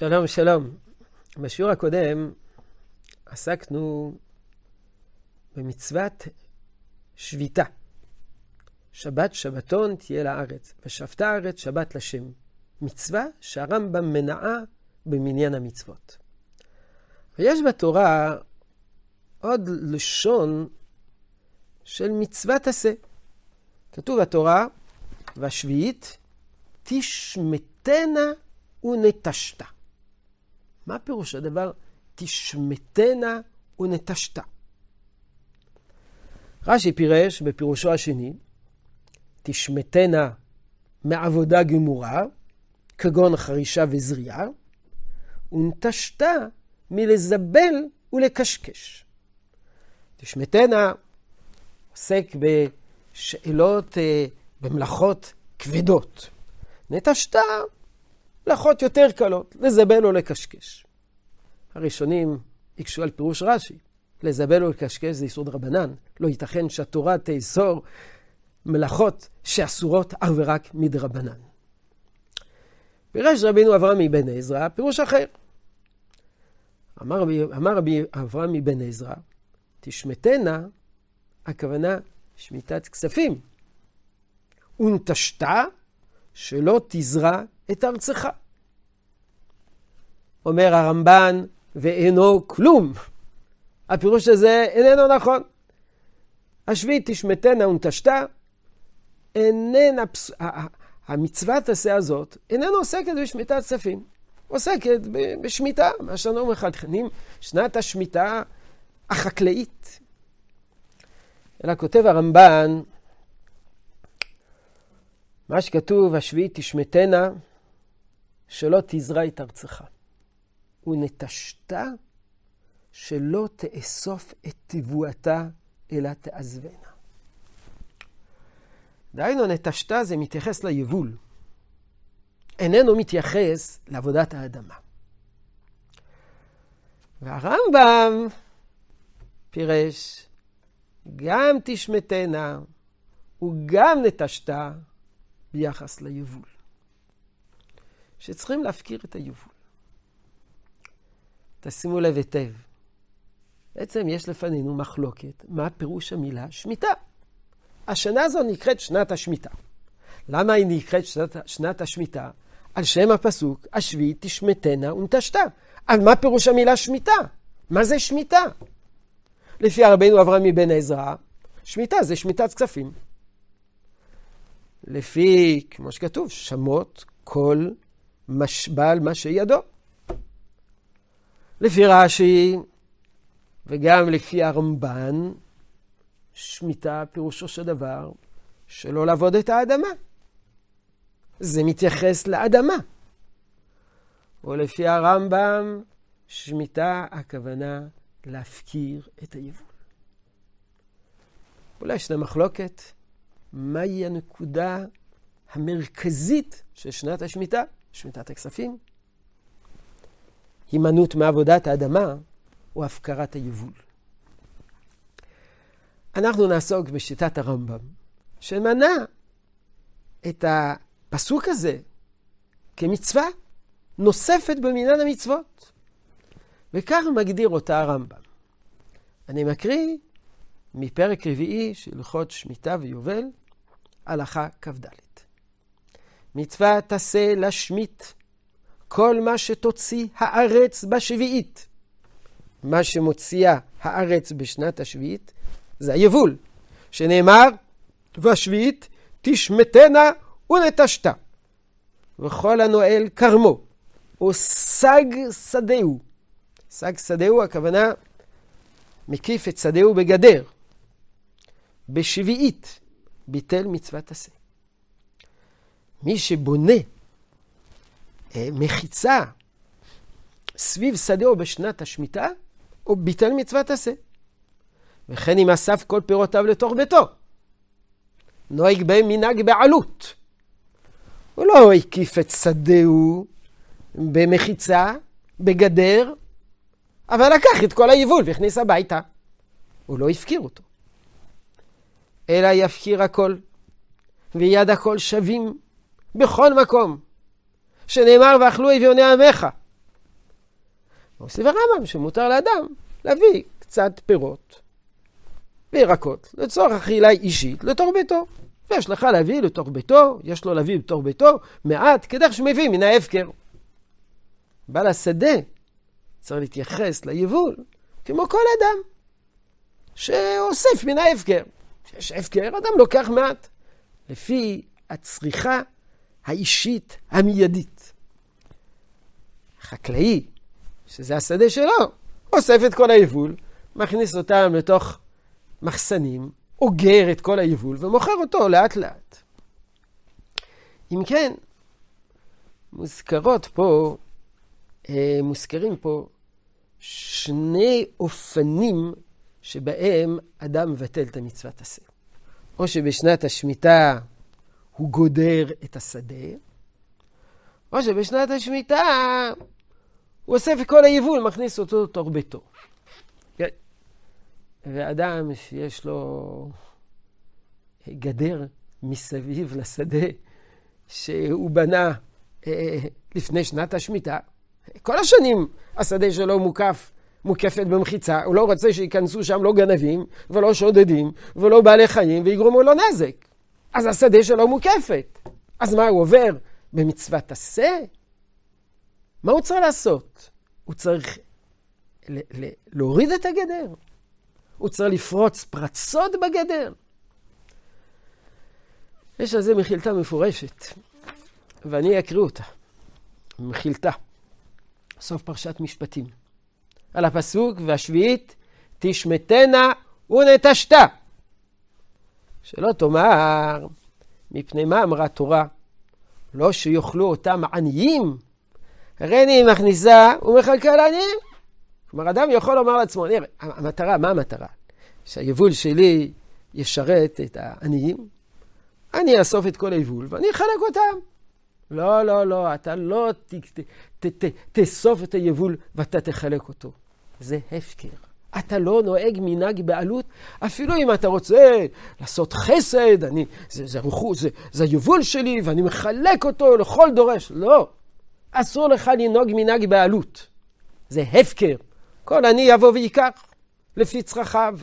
שלום, שלום. בשיעור הקודם עסקנו במצוות שביתה. שבת שבתון תהיה לארץ, ושבתה הארץ שבת לשם. מצווה שהרמב"ם מנעה במניין המצוות. ויש בתורה עוד לשון של מצוות עשה. כתוב בתורה, והשביעית תשמטנה ונטשת. מה פירוש הדבר תשמטנה ונטשת? רש"י פירש בפירושו השני, תשמטנה מעבודה גמורה, כגון חרישה וזריעה, ונטשת מלזבל ולקשקש. תשמטנה עוסק בשאלות, במלאכות כבדות. נטשת מלאכות יותר קלות, לזבל או לקשקש. הראשונים יקשו על פירוש רש"י. לזבל או לקשקש זה איסור דרבנן. לא ייתכן שהתורה תאסור מלאכות שאסורות אך ורק מדרבנן. פירש רבינו אברהם מבן עזרא פירוש אחר. אמר רבי אברהם מבן עזרא, תשמטנה, הכוונה שמיטת כספים. ונטשת שלא תזרע את ארצך. אומר הרמב"ן, ואינו כלום. הפירוש הזה איננו נכון. השביעית תשמטנה ונטשת, המצוות עשה הזאת איננו עוסקת בשמיטת כספים. עוסקת בשמיטה, מה שאנו מכנים שנת השמיטה החקלאית. אלא כותב הרמב"ן, מה שכתוב, השביעית תשמטנה, שלא תזרע את ארצך. ונטשת, שלא תאסוף את תבואתה, אלא תעזבנה. דהיינו, נטשת זה מתייחס ליבול. איננו מתייחס לעבודת האדמה. והרמב"ם פירש, גם תשמטנה, וגם נטשת, ביחס ליבול. שצריכים להפקיר את היבול. תשימו לב היטב. בעצם יש לפנינו מחלוקת מה פירוש המילה שמיטה. השנה הזו נקראת שנת השמיטה. למה היא נקראת שנת השמיטה? על שם הפסוק, השביעית תשמטנה ונטשת. על מה פירוש המילה שמיטה? מה זה שמיטה? לפי רבינו אברהם מבן עזרא, שמיטה זה שמיטת כספים. לפי, כמו שכתוב, שמות כל בעל מה שידו. לפי רש"י, וגם לפי הרמב"ן, שמיטה פירושו של דבר שלא לעבוד את האדמה. זה מתייחס לאדמה. ולפי הרמב"ם, שמיטה הכוונה להפקיר את היבול. אולי ישנה מחלוקת, מהי הנקודה המרכזית של שנת השמיטה, שמיטת הכספים? הימנעות מעבודת האדמה או הפקרת היבול. אנחנו נעסוק בשיטת הרמב"ם, שמנה את הפסוק הזה כמצווה נוספת במניין המצוות. וכך מגדיר אותה הרמב"ם. אני מקריא מפרק רביעי של הלכות שמיטה ויובל, הלכה כ"ד. מצווה תעשה לשמיט כל מה שתוציא הארץ בשביעית. מה שמוציאה הארץ בשנת השביעית זה היבול, שנאמר, והשביעית תשמטנה ונטשת. וכל הנועל כרמו, או סג שדהו. סג שדהו, הכוונה מקיף את שדהו בגדר. בשביעית ביטל מצוות עשה. מי שבונה מחיצה סביב שדהו בשנת השמיטה, הוא ביטל מצוות עשה. וכן אם אסף כל פירותיו לתוך ביתו, נוהג בהם מנהג בעלות. הוא לא הקיף את שדהו במחיצה, בגדר, אבל לקח את כל היבול והכניס הביתה. הוא לא הפקיר אותו. אלא יפקיר הכל, ויד הכל שווים בכל מקום. שנאמר, ואכלו אביוני עמך, מוסיף הרמב"ם שמותר לאדם להביא קצת פירות וירקות לצורך אכילה אישית לתוך ביתו. ויש לך להביא לתוך ביתו, יש לו להביא לתוך ביתו מעט כדרך שמביא מן ההפקר. בעל השדה צריך להתייחס ליבול כמו כל אדם שאוסף מן ההפקר. כשיש הפקר, אדם לוקח מעט לפי הצריכה האישית המיידית. חקלאי, שזה השדה שלו, אוסף את כל היבול, מכניס אותם לתוך מחסנים, אוגר את כל היבול ומוכר אותו לאט לאט. אם כן, מוזכרים פה שני אופנים שבהם אדם מבטל את המצוות עשה. או שבשנת השמיטה הוא גודר את השדה, או שבשנת השמיטה הוא אוסף את כל היבול, מכניס אותו לתוך ביתו. ואדם שיש לו גדר מסביב לשדה שהוא בנה לפני שנת השמיטה, כל השנים השדה שלו מוקפת במחיצה, הוא לא רוצה שיכנסו שם לא גנבים ולא שודדים ולא בעלי חיים ויגרמו לו נזק. אז השדה שלו מוקפת. אז מה הוא עובר במצוות עשה? מה הוא צריך לעשות? הוא צריך להוריד את הגדר. הוא צריך לפרוץ פרצות בגדר. יש על זה מחילתה מפורשת, ואני אקריא אותה. מחילתה, סוף פרשת משפטים. על הפסוק והשביעית, תשמטנה ונטשתה. שלא תאמר, מפני מה אמרה תורה? לא שיוכלו אותם עניים, הרי אני מכניסה ומחלקה לעניים. כלומר, אדם יכול לומר לעצמו, נראה, המטרה, מה המטרה? שהיבול שלי ישרת את העניים, אני אאסוף את כל היבול ואני אחלק אותם. לא, לא, לא, אתה לא תאסוף את היבול ואתה תחלק אותו. זה הפקר. אתה לא נוהג מנהג בעלות, אפילו אם אתה רוצה לעשות חסד, זה היבול שלי ואני מחלק אותו לכל דורש. לא, אסור לך לנהוג מנהג בעלות. זה הפקר. כל אני יבוא ויקח לפי צרכיו.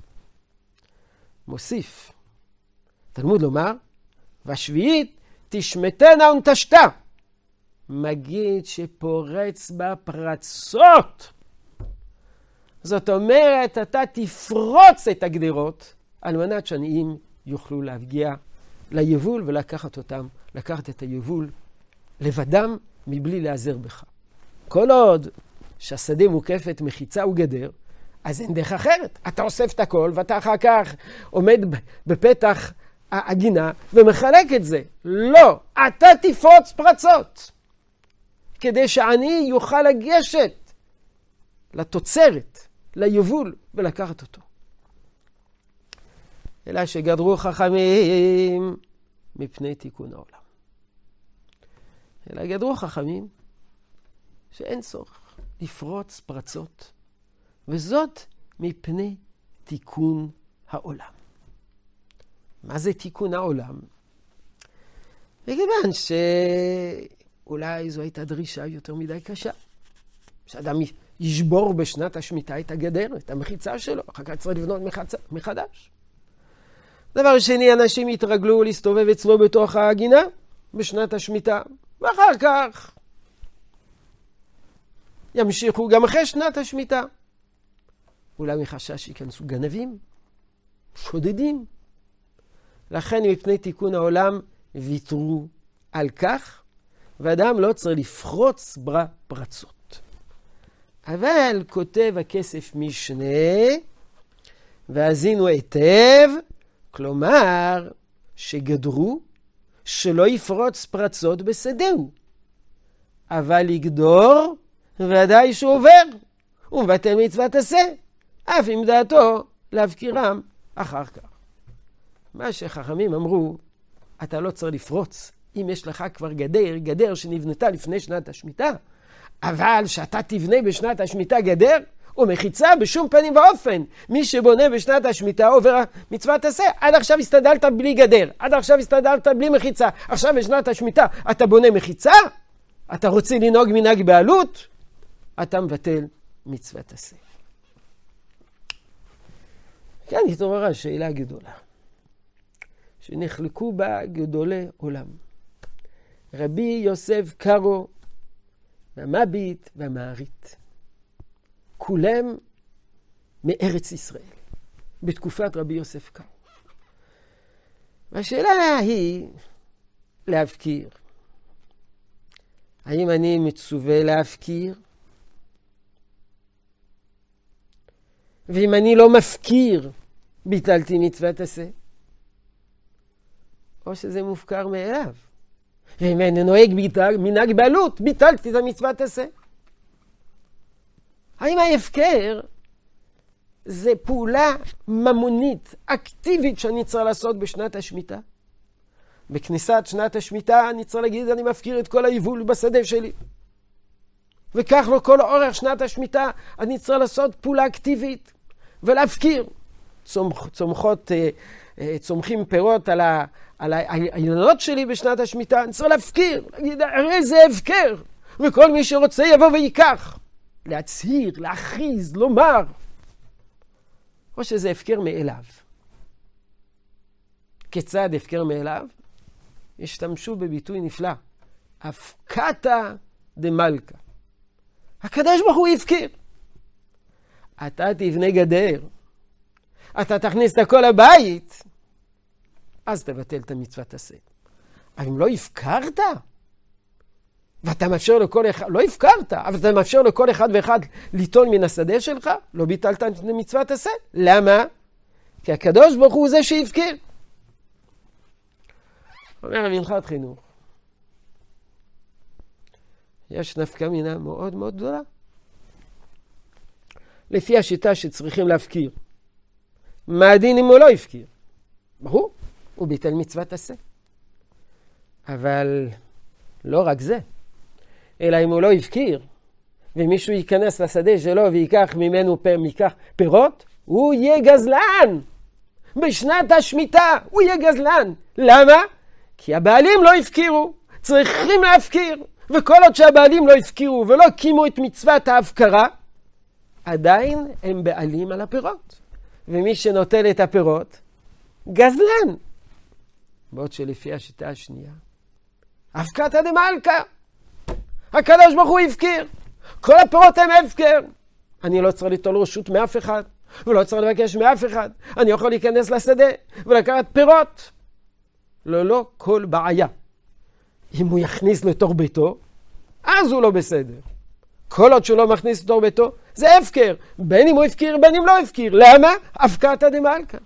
מוסיף, תלמוד לומר, והשביעית תשמטנה ונטשתה. מגיד שפורץ בפרצות. זאת אומרת, אתה תפרוץ את הגדרות, על מנת שעניים יוכלו להגיע ליבול ולקחת אותם, לקחת את היבול לבדם מבלי להיעזר בך. כל עוד שהשדה מוקפת מחיצה וגדר, אז אין דרך אחרת. אתה אוסף את הכל ואתה אחר כך עומד בפתח הגינה ומחלק את זה. לא, אתה תפרוץ פרצות, כדי שעני יוכל לגשת לתוצרת, ליבול, ולקחת אותו. אלא שגדרו חכמים מפני תיקון העולם. אלא גדרו חכמים שאין צורך לפרוץ פרצות, וזאת מפני תיקון העולם. מה זה תיקון העולם? מכיוון שאולי זו הייתה דרישה יותר מדי קשה. שאדם ישבור בשנת השמיטה את הגדר, את המחיצה שלו, אחר כך צריך לבנות מחדש. דבר שני, אנשים יתרגלו להסתובב אצלו בתוך הגינה בשנת השמיטה, ואחר כך ימשיכו גם אחרי שנת השמיטה. אולי מחשש ייכנסו גנבים, שודדים. לכן מפני תיקון העולם ויתרו על כך, ואדם לא צריך לפרוץ בפרצות. אבל כותב הכסף משנה, והזינו היטב, כלומר שגדרו שלא יפרוץ פרצות בשדהו, אבל יגדור ודאי שהוא עובר, ומבטל מצוות עשה, אף אם דעתו להפקירם אחר כך. מה שחכמים אמרו, אתה לא צריך לפרוץ, אם יש לך כבר גדר שנבנתה לפני שנת השמיטה, אבל שאתה תבנה בשנת השמיטה גדר ומחיצה בשום פנים ואופן. מי שבונה בשנת השמיטה עובר מצוות עשה. עד עכשיו הסתדלת בלי גדר, עד עכשיו הסתדלת בלי מחיצה, עכשיו בשנת השמיטה אתה בונה מחיצה? אתה רוצה לנהוג מנהג בעלות? אתה מבטל מצוות עשה. כאן התעוררה שאלה גדולה, שנחלקו בה גדולי עולם. רבי יוסף קארו, והמביט והמערית. כולם מארץ ישראל, בתקופת רבי יוסף קארו. והשאלה היא להפקיר. האם אני מצווה להפקיר? ואם אני לא מפקיר, ביטלתי מצוות עשה? או שזה מופקר מאליו? ואם אני נוהג מנהג בעלות, ביטלתי את המצוות עשה? האם ההפקר זה פעולה ממונית, אקטיבית שאני צריך לעשות בשנת השמיטה? בכניסת שנת השמיטה אני צריך להגיד, אני מפקיר את כל היבול בשדה שלי. וכך לו כל אורך שנת השמיטה, אני צריך לעשות פעולה אקטיבית ולהפקיר. צומחים פירות על האילנות שלי בשנת השמיטה, אני צריך להפקיר, להגיד, הרי זה הפקר, וכל מי שרוצה יבוא ויקח. להצהיר, להכריז, לומר. או שזה הפקר מאליו. כיצד הפקר מאליו? השתמשו בביטוי נפלא. הפקתא דמלכא. הקדוש ברוך הוא הפקיר. אתה תבנה גדר, אתה תכניס את הכל לבית, אז תבטל את המצוות עשה. אבל אם לא הפקרת, ואתה מאפשר לכל אחד, לא הפקרת, אבל אתה מאפשר לכל אחד ואחד ליטול מן השדה שלך, לא ביטלת את מצוות עשה. למה? כי הקדוש ברוך הוא זה שהפקיר. אומר המנחת חינוך, יש נפקא מינה מאוד מאוד גדולה. לפי השיטה שצריכים להפקיר, מה הדין אם הוא לא הפקיר? ברור, הוא ביטל מצוות עשה. אבל לא רק זה, אלא אם הוא לא הפקיר, ומישהו ייכנס לשדה שלו ויקח ממנו פירות, הוא יהיה גזלן. בשנת השמיטה הוא יהיה גזלן. למה? כי הבעלים לא הפקירו, צריכים להפקיר. וכל עוד שהבעלים לא הפקירו ולא קימו את מצוות ההפקרה, עדיין הם בעלים על הפירות. ומי שנוטל את הפירות, גזלן. בעוד שלפי השיטה השנייה, הפקתא דמלכא. הקדוש ברוך הוא הפקיר. כל הפירות הם הפקר. אני לא צריך ליטול רשות מאף אחד, ולא צריך לבקש מאף אחד. אני יכול להיכנס לשדה ולקחת פירות. לא כל בעיה. אם הוא יכניס לתוך ביתו, אז הוא לא בסדר. כל עוד שהוא לא מכניס לתוך ביתו, זה הפקר. בין אם הוא הפקיר, בין אם לא הפקיר. למה? הפקתא דמלכא.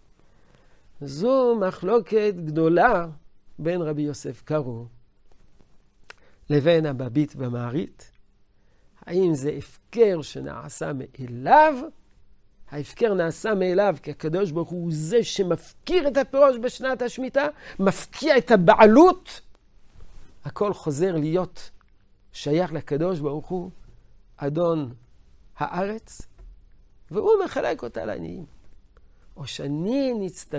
זו מחלוקת גדולה בין רבי יוסף קארו לבין המביט והמערית. האם זה הפקר שנעשה מאליו? ההפקר נעשה מאליו כי הקדוש ברוך הוא זה שמפקיר את הפירות בשנת השמיטה, מפקיע את הבעלות. הכל חוזר להיות שייך לקדוש ברוך הוא, אדון הארץ, והוא מחלק אותה לעניים. או שאני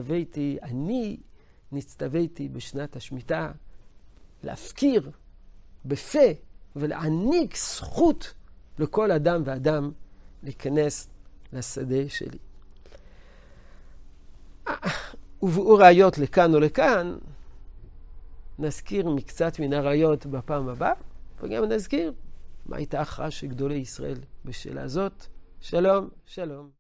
נצטוויתי בשנת השמיטה להפקיר בפה ולהעניק זכות לכל אדם ואדם להיכנס לשדה שלי. ובאו ראיות לכאן או לכאן, נזכיר מקצת מן הראיות בפעם הבאה, וגם נזכיר מה הייתה ההכרעה של גדולי ישראל בשאלה הזאת. שלום, שלום.